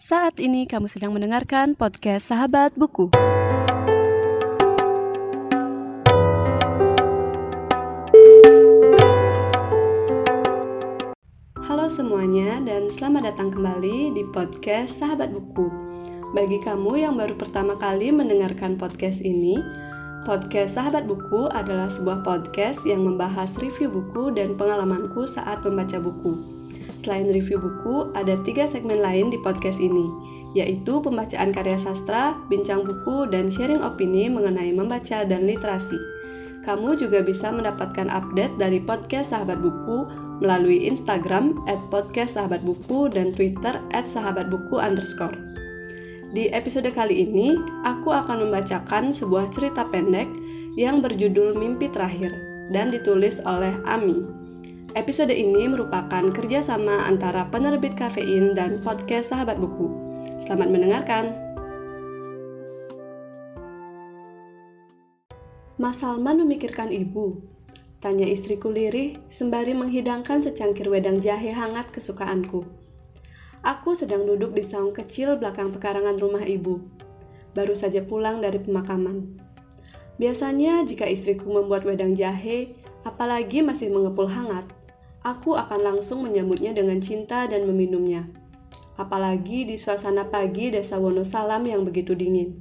Saat ini kamu sedang mendengarkan podcast Sahabat Buku. Halo semuanya dan selamat datang kembali di podcast Sahabat Buku. Bagi kamu yang baru pertama kali mendengarkan podcast ini, podcast Sahabat Buku adalah sebuah podcast yang membahas review buku dan pengalamanku saat membaca buku. Selain review buku, ada 3 segmen lain di podcast ini, yaitu pembacaan karya sastra, bincang buku, dan sharing opini mengenai membaca dan literasi. Kamu juga bisa mendapatkan update dari podcast Sahabat Buku melalui Instagram @podcastsahabatbuku dan Twitter @sahabatbuku_. Di episode kali ini, aku akan membacakan sebuah cerita pendek yang berjudul Mimpi Terakhir dan ditulis oleh Ami. Episode ini merupakan kerjasama antara penerbit Kafein dan podcast Sahabat Buku. Selamat mendengarkan. Mas Salman memikirkan ibu, tanya istriku lirih sembari menghidangkan secangkir wedang jahe hangat kesukaanku. Aku sedang duduk di saung kecil belakang pekarangan rumah ibu. Baru saja pulang dari pemakaman. Biasanya jika istriku membuat wedang jahe, apalagi masih mengepul hangat, aku akan langsung menyambutnya dengan cinta dan meminumnya. Apalagi di suasana pagi desa Wonosalam yang begitu dingin.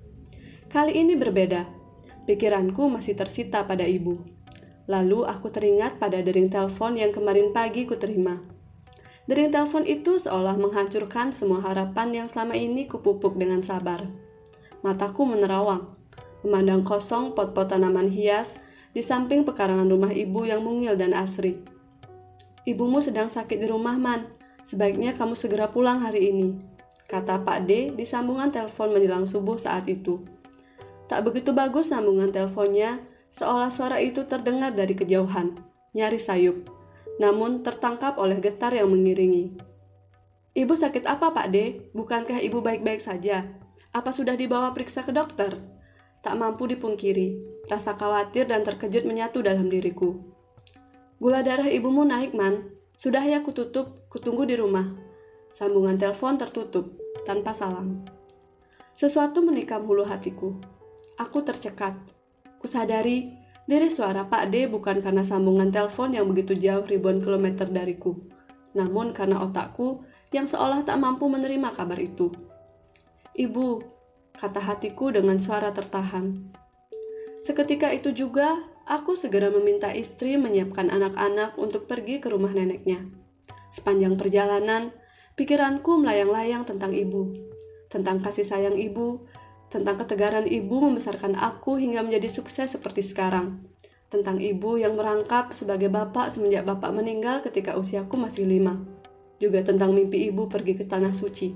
Kali ini berbeda. Pikiranku masih tersita pada ibu. Lalu aku teringat pada dering telepon yang kemarin pagi kuterima. Dering telepon itu seolah menghancurkan semua harapan yang selama ini kupupuk dengan sabar. Mataku menerawang, memandang kosong pot-pot tanaman hias di samping pekarangan rumah ibu yang mungil dan asri. Ibumu sedang sakit di rumah, Man. Sebaiknya kamu segera pulang hari ini, kata Pak D di sambungan telepon menjelang subuh saat itu. Tak begitu bagus sambungan teleponnya, seolah suara itu terdengar dari kejauhan, nyaris sayup, namun tertangkap oleh getar yang mengiringi. Ibu sakit apa, Pak D? Bukankah ibu baik-baik saja? Apa sudah dibawa periksa ke dokter? Tak mampu dipungkiri, rasa khawatir dan terkejut menyatu dalam diriku. Gula darah ibumu naik, Man. Sudah ya kututup, kutunggu di rumah. Sambungan telepon tertutup, tanpa salam. Sesuatu menikam hulu hatiku. Aku tercekat. Kusadari, diri suara Pak D bukan karena sambungan telepon yang begitu jauh ribuan kilometer dariku, namun karena otakku yang seolah tak mampu menerima kabar itu. Ibu, kata hatiku dengan suara tertahan. Seketika itu juga, aku segera meminta istri menyiapkan anak-anak untuk pergi ke rumah neneknya. Sepanjang perjalanan, pikiranku melayang-layang tentang ibu, tentang kasih sayang ibu, tentang ketegaran ibu membesarkan aku hingga menjadi sukses seperti sekarang, tentang ibu yang merangkap sebagai bapak semenjak bapak meninggal ketika usiaku masih 5, juga tentang mimpi ibu pergi ke Tanah Suci.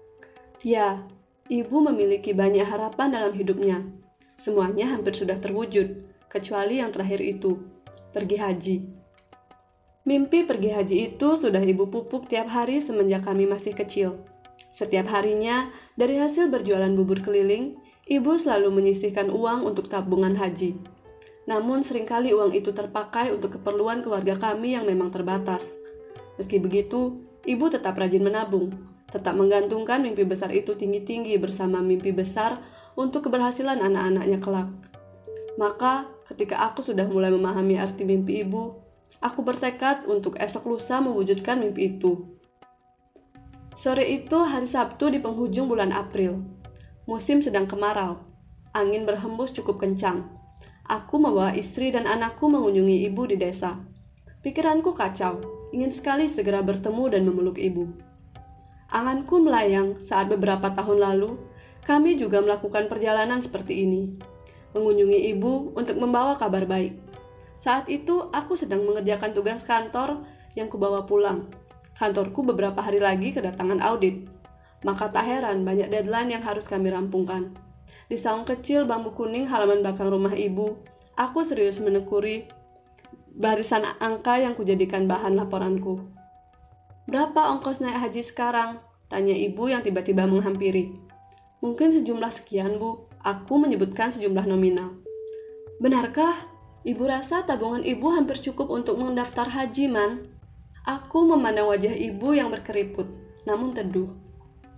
Ya, ibu memiliki banyak harapan dalam hidupnya. Semuanya hampir sudah terwujud, kecuali yang terakhir itu, pergi haji. Mimpi pergi haji itu sudah ibu pupuk tiap hari semenjak kami masih kecil. Setiap harinya, dari hasil berjualan bubur keliling, ibu selalu menyisihkan uang untuk tabungan haji. Namun seringkali uang itu terpakai untuk keperluan keluarga kami yang memang terbatas. Meski begitu, ibu tetap rajin menabung, tetap menggantungkan mimpi besar itu tinggi-tinggi bersama mimpi besar untuk keberhasilan anak-anaknya kelak. Maka, ketika aku sudah mulai memahami arti mimpi ibu, aku bertekad untuk esok lusa mewujudkan mimpi itu. Sore itu hari Sabtu di penghujung bulan April. Musim sedang kemarau. Angin berhembus cukup kencang. Aku membawa istri dan anakku mengunjungi ibu di desa. Pikiranku kacau, ingin sekali segera bertemu dan memeluk ibu. Anganku melayang saat beberapa tahun lalu, kami juga melakukan perjalanan seperti ini. Mengunjungi ibu untuk membawa kabar baik. Saat itu aku sedang mengerjakan tugas kantor yang kubawa pulang. Kantorku beberapa hari lagi kedatangan audit. Maka tak heran banyak deadline yang harus kami rampungkan. Di saung kecil bambu kuning halaman belakang rumah ibu, aku serius menekuni barisan angka yang kujadikan bahan laporanku. Berapa ongkos naik haji sekarang? Tanya ibu yang tiba-tiba menghampiri. Mungkin sejumlah sekian, Bu. Aku menyebutkan sejumlah nominal. Benarkah? Ibu rasa tabungan ibu hampir cukup untuk mendaftar haji, Man. Aku memandang wajah ibu yang berkeriput, namun teduh.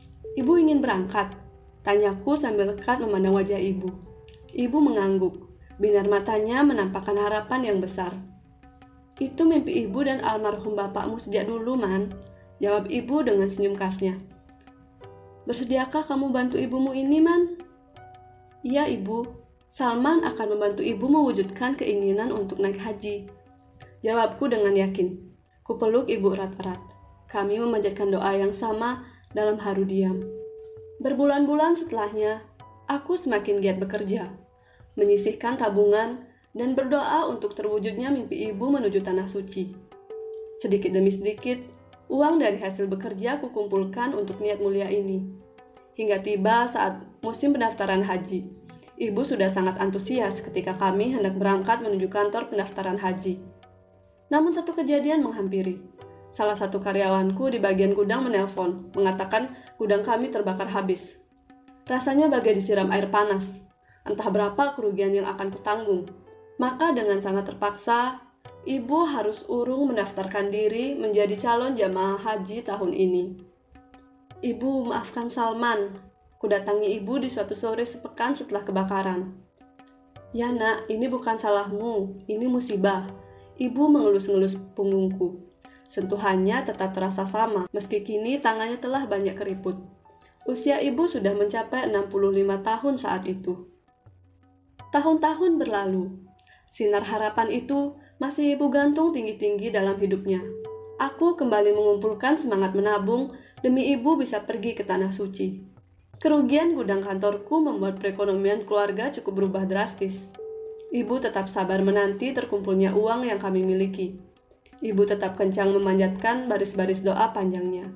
Ibu ingin berangkat? Tanyaku sambil dekat memandang wajah ibu. Ibu mengangguk. Binar matanya menampakkan harapan yang besar. Itu mimpi ibu dan almarhum bapakmu sejak dulu, Man. Jawab ibu dengan senyum khasnya. Bersediakah kamu bantu ibumu ini, Man? Iya, ibu. Salman akan membantu ibu mewujudkan keinginan untuk naik haji. Jawabku dengan yakin. Kupeluk ibu erat-erat. Kami memanjatkan doa yang sama dalam haru diam. Berbulan-bulan setelahnya, aku semakin giat bekerja, menyisihkan tabungan, dan berdoa untuk terwujudnya mimpi ibu menuju Tanah Suci. Sedikit demi sedikit, uang dari hasil bekerja kukumpulkan untuk niat mulia ini. Hingga tiba saat musim pendaftaran haji. Ibu sudah sangat antusias ketika kami hendak berangkat menuju kantor pendaftaran haji. Namun satu kejadian menghampiri. Salah satu karyawanku di bagian gudang menelpon, mengatakan gudang kami terbakar habis. Rasanya bagai disiram air panas. Entah berapa kerugian yang akan kutanggung. Maka dengan sangat terpaksa, ibu harus urung mendaftarkan diri menjadi calon jamaah haji tahun ini. Ibu, maafkan Salman. Kudatangi ibu di suatu sore sepekan setelah kebakaran. Ya nak, ini bukan salahmu, ini musibah. Ibu mengelus-ngelus punggungku. Sentuhannya tetap terasa sama, meski kini tangannya telah banyak keriput. Usia ibu sudah mencapai 65 tahun saat itu. Tahun-tahun berlalu. Sinar harapan itu masih ibu gantung tinggi-tinggi dalam hidupnya. Aku kembali mengumpulkan semangat menabung demi ibu bisa pergi ke Tanah Suci. Kerugian gudang kantorku membuat perekonomian keluarga cukup berubah drastis. Ibu tetap sabar menanti terkumpulnya uang yang kami miliki. Ibu tetap kencang memanjatkan baris-baris doa panjangnya.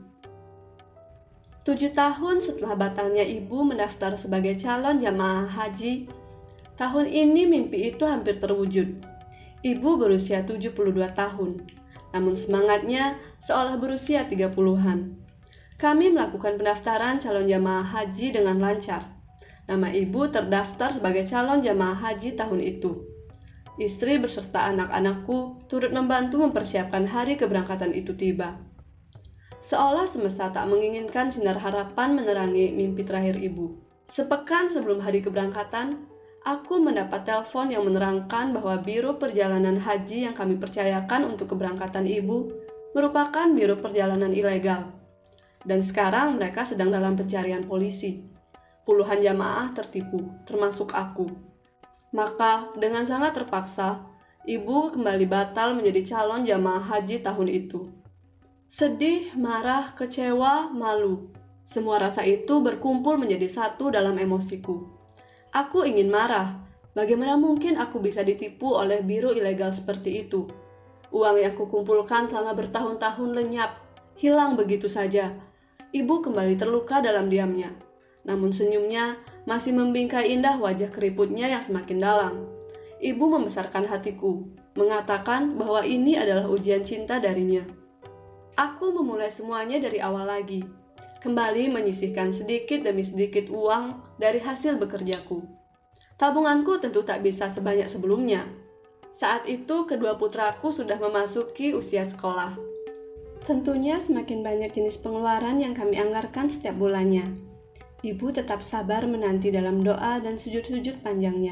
7 tahun setelah batalnya ibu mendaftar sebagai calon jamaah haji, tahun ini mimpi itu hampir terwujud. Ibu berusia 72 tahun, namun semangatnya seolah berusia 30-an. Kami melakukan pendaftaran calon jamaah haji dengan lancar. Nama ibu terdaftar sebagai calon jamaah haji tahun itu. Istri beserta anak-anakku turut membantu mempersiapkan hari keberangkatan itu tiba. Seolah semesta tak menginginkan sinar harapan menerangi mimpi terakhir ibu. Sepekan sebelum hari keberangkatan, aku mendapat telepon yang menerangkan bahwa biro perjalanan haji yang kami percayakan untuk keberangkatan ibu merupakan biro perjalanan ilegal. Dan sekarang mereka sedang dalam pencarian polisi. Puluhan jamaah tertipu, termasuk aku. Maka dengan sangat terpaksa, ibu kembali batal menjadi calon jamaah haji tahun itu. Sedih, marah, kecewa, malu. Semua rasa itu berkumpul menjadi satu dalam emosiku. Aku ingin marah. Bagaimana mungkin aku bisa ditipu oleh biro ilegal seperti itu? Uang yang aku kumpulkan selama bertahun-tahun lenyap, hilang begitu saja. Ibu kembali terluka dalam diamnya. Namun senyumnya masih membingkai indah wajah keriputnya yang semakin dalam. Ibu membesarkan hatiku, mengatakan bahwa ini adalah ujian cinta darinya. Aku memulai semuanya dari awal lagi. Kembali menyisihkan sedikit demi sedikit uang dari hasil bekerjaku. Tabunganku tentu tak bisa sebanyak sebelumnya. Saat itu kedua putraku sudah memasuki usia sekolah. Tentunya semakin banyak jenis pengeluaran yang kami anggarkan setiap bulannya. Ibu tetap sabar menanti dalam doa dan sujud-sujud panjangnya.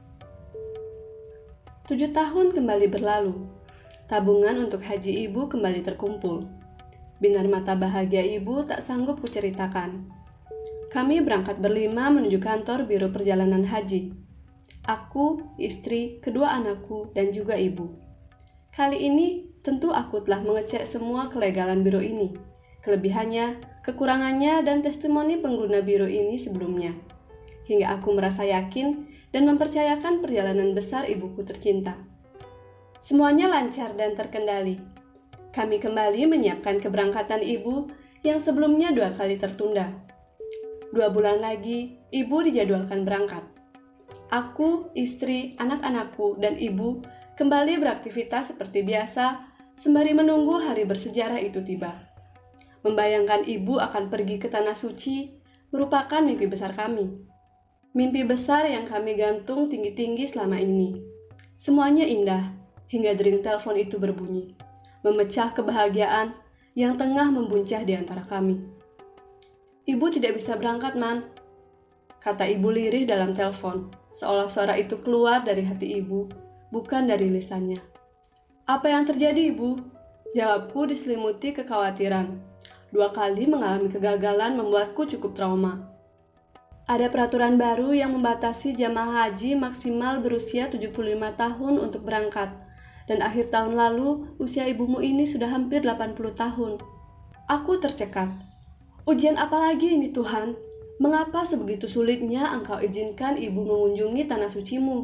7 tahun kembali berlalu. Tabungan untuk haji ibu kembali terkumpul. Binar mata bahagia ibu tak sanggup kuceritakan. Kami berangkat berlima menuju kantor biro perjalanan haji. Aku, istri, kedua anakku, dan juga ibu. Kali ini tentu aku telah mengecek semua kelegalan biro ini, kelebihannya, kekurangannya, dan testimoni pengguna biro ini sebelumnya. Hingga aku merasa yakin dan mempercayakan perjalanan besar ibuku tercinta. Semuanya lancar dan terkendali. Kami kembali menyiapkan keberangkatan ibu yang sebelumnya 2 kali tertunda. 2 bulan lagi, ibu dijadwalkan berangkat. Aku, istri, anak-anakku, dan ibu kembali beraktivitas seperti biasa sembari menunggu hari bersejarah itu tiba. Membayangkan ibu akan pergi ke Tanah Suci merupakan mimpi besar kami. Mimpi besar yang kami gantung tinggi-tinggi selama ini. Semuanya indah, hingga dering telepon itu berbunyi, memecah kebahagiaan yang tengah membuncah di antara kami. Ibu tidak bisa berangkat, Man, kata ibu lirih dalam telepon, seolah suara itu keluar dari hati ibu, bukan dari lisannya. Apa yang terjadi, Ibu? Jawabku diselimuti kekhawatiran. 2 kali mengalami kegagalan membuatku cukup trauma. Ada peraturan baru yang membatasi jamaah haji maksimal berusia 75 tahun untuk berangkat. Dan akhir tahun lalu, usia ibumu ini sudah hampir 80 tahun. Aku tercekat. Ujian apa lagi ini, Tuhan? Mengapa sebegitu sulitnya Engkau izinkan ibu mengunjungi tanah sucimu?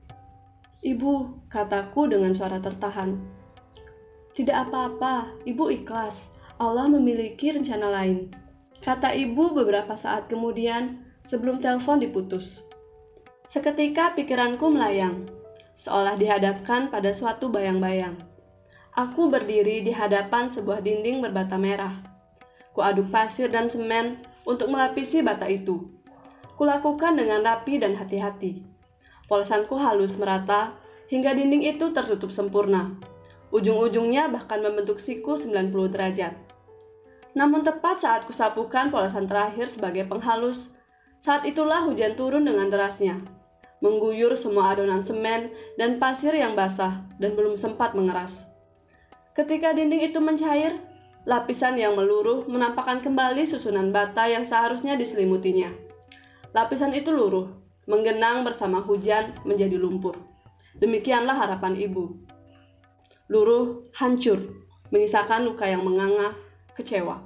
Ibu, kataku dengan suara tertahan. Tidak apa-apa, ibu ikhlas. Allah memiliki rencana lain, kata ibu beberapa saat kemudian sebelum telepon diputus. Seketika pikiranku melayang, seolah dihadapkan pada suatu bayang-bayang. Aku berdiri di hadapan sebuah dinding berbata merah. Kuaduk pasir dan semen untuk melapisi bata itu. Kulakukan dengan rapi dan hati-hati. Polesanku halus merata hingga dinding itu tertutup sempurna. Ujung-ujungnya bahkan membentuk siku 90 derajat. Namun tepat saat kusapukan polesan terakhir sebagai penghalus, saat itulah hujan turun dengan derasnya, mengguyur semua adonan semen dan pasir yang basah dan belum sempat mengeras. Ketika dinding itu mencair, lapisan yang meluruh menampakkan kembali susunan bata yang seharusnya diselimutinya. Lapisan itu luruh, menggenang bersama hujan menjadi lumpur. Demikianlah harapan ibu. Luruh, hancur, menyisakan luka yang menganga, kecewa.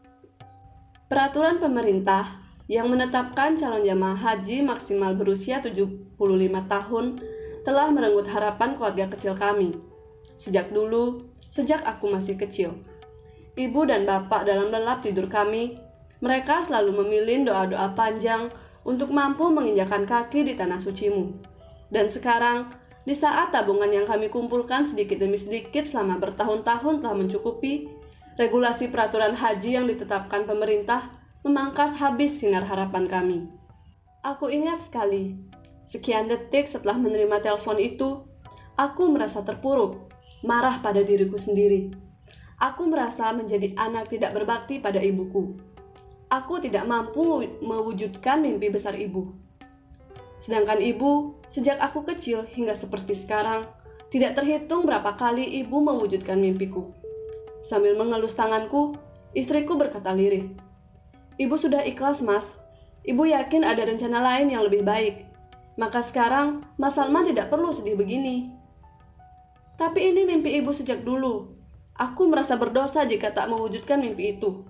Peraturan pemerintah yang menetapkan calon jamaah haji maksimal berusia 75 tahun telah merenggut harapan keluarga kecil kami. Sejak dulu, sejak aku masih kecil. Ibu dan bapak dalam lelap tidur kami, mereka selalu memilih doa-doa panjang untuk mampu menginjakan kaki di tanah sucimu. Dan sekarang, di saat tabungan yang kami kumpulkan sedikit demi sedikit selama bertahun-tahun telah mencukupi, regulasi peraturan haji yang ditetapkan pemerintah memangkas habis sinar harapan kami. Aku ingat sekali, sekian detik setelah menerima telepon itu, aku merasa terpuruk, marah pada diriku sendiri. Aku merasa menjadi anak tidak berbakti pada ibuku. Aku tidak mampu mewujudkan mimpi besar ibu. Sedangkan ibu, sejak aku kecil hingga seperti sekarang, tidak terhitung berapa kali ibu mewujudkan mimpiku. Sambil mengelus tanganku, istriku berkata lirih, "Ibu sudah ikhlas, Mas. Ibu yakin ada rencana lain yang lebih baik. Maka sekarang, Mas Salman tidak perlu sedih begini." Tapi ini mimpi ibu sejak dulu. Aku merasa berdosa jika tak mewujudkan mimpi itu.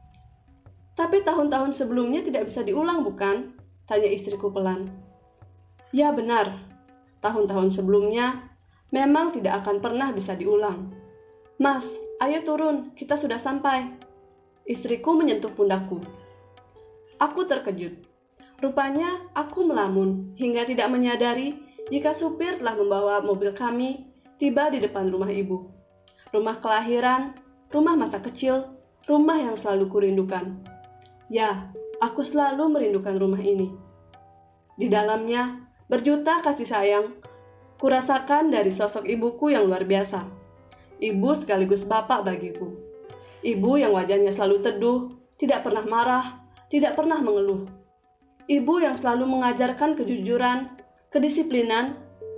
Tapi tahun-tahun sebelumnya tidak bisa diulang, bukan? Tanya istriku pelan. Ya benar, tahun-tahun sebelumnya memang tidak akan pernah bisa diulang. Mas, ayo turun, kita sudah sampai. Istriku menyentuh pundakku. Aku terkejut. Rupanya aku melamun hingga tidak menyadari jika supir telah membawa mobil kami tiba di depan rumah ibu. Rumah kelahiran, rumah masa kecil, rumah yang selalu kurindukan. Ya, aku selalu merindukan rumah ini. Di dalamnya, berjuta kasih sayang, kurasakan dari sosok ibuku yang luar biasa. Ibu sekaligus bapak bagiku. Ibu yang wajahnya selalu teduh, tidak pernah marah, tidak pernah mengeluh. Ibu yang selalu mengajarkan kejujuran, kedisiplinan,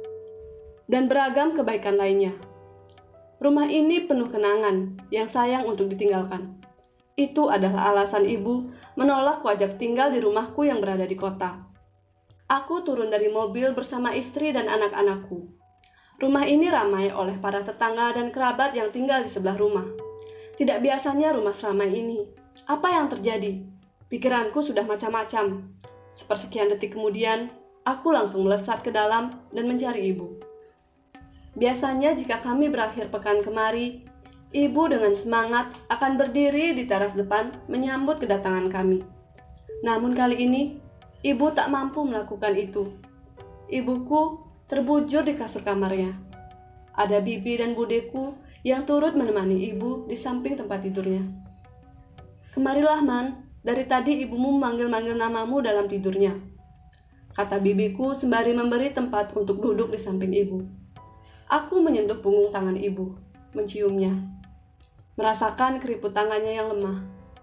dan beragam kebaikan lainnya. Rumah ini penuh kenangan yang sayang untuk ditinggalkan. Itu adalah alasan ibu menolak kuajak tinggal di rumahku yang berada di kota. Aku turun dari mobil bersama istri dan anak-anakku. Rumah ini ramai oleh para tetangga dan kerabat yang tinggal di sebelah rumah. Tidak biasanya rumah seramai ini. Apa yang terjadi? Pikiranku sudah macam-macam. Sepersekian detik kemudian, aku langsung melesat ke dalam dan mencari ibu. Biasanya jika kami berakhir pekan kemari, ibu dengan semangat akan berdiri di teras depan menyambut kedatangan kami. Namun kali ini, ibu tak mampu melakukan itu. Ibuku terbujur di kasur kamarnya. Ada bibi dan budeku yang turut menemani ibu di samping tempat tidurnya. "Kemarilah, Man, dari tadi ibumu memanggil-manggil namamu dalam tidurnya," kata bibiku sembari memberi tempat untuk duduk di samping ibu. Aku menyentuh punggung tangan ibu, menciumnya, merasakan keriput tangannya yang lemah.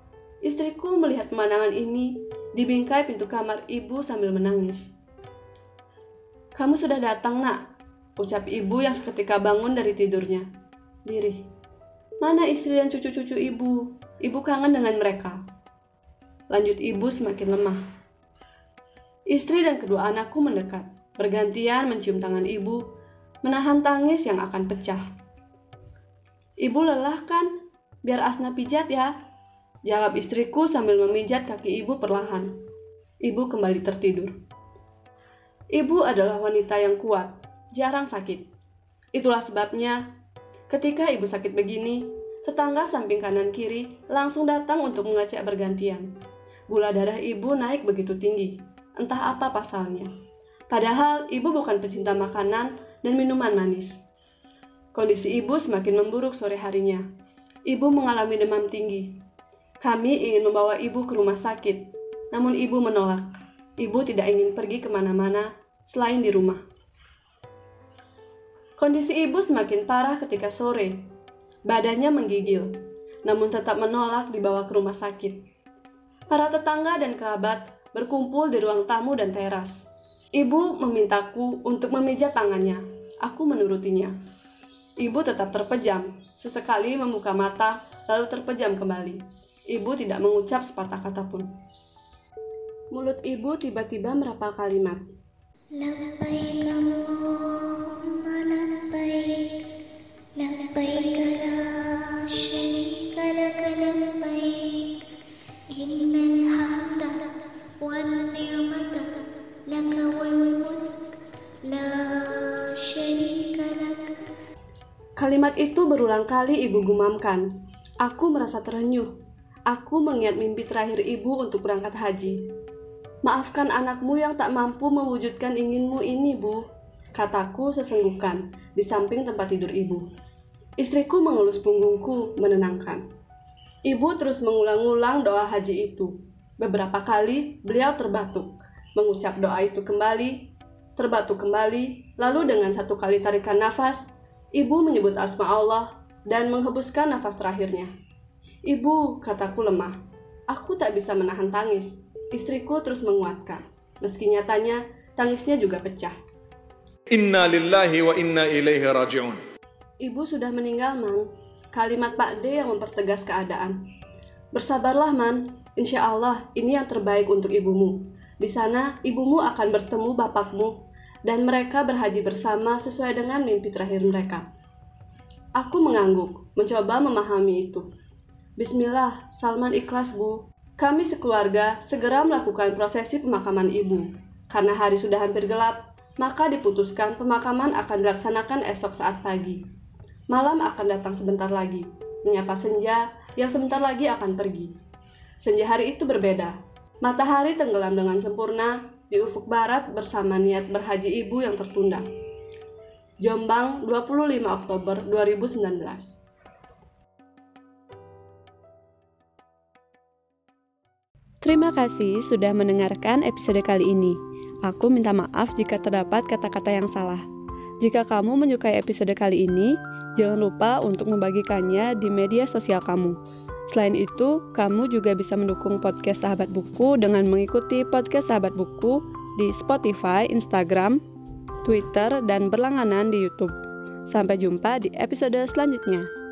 Istriku melihat pemandangan ini di bingkai pintu kamar ibu sambil menangis. "Kamu sudah datang, Nak," ucap ibu yang seketika bangun dari tidurnya. Lirih, "Mana istri dan cucu-cucu ibu? Ibu kangen dengan mereka." Lanjut ibu semakin lemah. Istri dan kedua anakku mendekat, bergantian mencium tangan ibu, menahan tangis yang akan pecah. "Ibu lelah kan? Biar Asna pijat ya," jawab istriku sambil memijat kaki ibu perlahan. Ibu kembali tertidur. Ibu adalah wanita yang kuat, jarang sakit. Itulah sebabnya, ketika ibu sakit begini, tetangga samping kanan kiri langsung datang untuk mengecek bergantian. Gula darah ibu naik begitu tinggi, entah apa pasalnya. Padahal ibu bukan pecinta makanan dan minuman manis. Kondisi ibu semakin memburuk sore harinya. Ibu mengalami demam tinggi. Kami ingin membawa ibu ke rumah sakit, namun ibu menolak. Ibu tidak ingin pergi kemana-mana selain di rumah. Kondisi ibu semakin parah ketika sore. Badannya menggigil, namun tetap menolak dibawa ke rumah sakit. Para tetangga dan kerabat berkumpul di ruang tamu dan teras. Ibu memintaku untuk memijat tangannya. Aku menurutinya. Ibu tetap terpejam, sesekali membuka mata, lalu terpejam kembali. Ibu tidak mengucap sepatah kata pun. Mulut ibu tiba-tiba merapal kalimat. Labbaik Allahumma labbaik, labbaik la syarika laka labbaik, innal hamda wan ni'mata laka wal mulk la syarika lak. Kalimat itu berulang kali ibu gumamkan. Aku merasa terenyuh. Aku mengingat mimpi terakhir ibu untuk berangkat haji. "Maafkan anakmu yang tak mampu mewujudkan inginmu ini, Bu," kataku sesenggukan di samping tempat tidur ibu. Istriku mengelus punggungku, menenangkan. Ibu terus mengulang-ulang doa haji itu. Beberapa kali beliau terbatuk, mengucap doa itu kembali, terbatuk kembali, lalu dengan satu kali tarikan nafas, ibu menyebut asma Allah dan menghembuskan nafas terakhirnya. "Ibu," kataku lemah. Aku tak bisa menahan tangis. Istriku terus menguatkan. Meski nyatanya, tangisnya juga pecah. Inna lillahi wa inna ilaihi raji'un. "Ibu sudah meninggal, Man." Kalimat Pak D yang mempertegas keadaan. "Bersabarlah, Man. Insya Allah ini yang terbaik untuk ibumu. Di sana, ibumu akan bertemu bapakmu dan mereka berhaji bersama sesuai dengan mimpi terakhir mereka." Aku mengangguk, mencoba memahami itu. "Bismillah, Salman ikhlas, Bu." Kami sekeluarga segera melakukan prosesi pemakaman ibu. Karena hari sudah hampir gelap, maka diputuskan pemakaman akan dilaksanakan esok saat pagi. Malam akan datang sebentar lagi, menyapa senja yang sebentar lagi akan pergi. Senja hari itu berbeda. Matahari tenggelam dengan sempurna di ufuk barat bersama niat berhaji ibu yang tertunda. Jombang, 25 Oktober 2019. Terima kasih sudah mendengarkan episode kali ini. Aku minta maaf jika terdapat kata-kata yang salah. Jika kamu menyukai episode kali ini, jangan lupa untuk membagikannya di media sosial kamu. Selain itu, kamu juga bisa mendukung podcast Sahabat Buku dengan mengikuti podcast Sahabat Buku di Spotify, Instagram, Twitter, dan berlangganan di YouTube. Sampai jumpa di episode selanjutnya.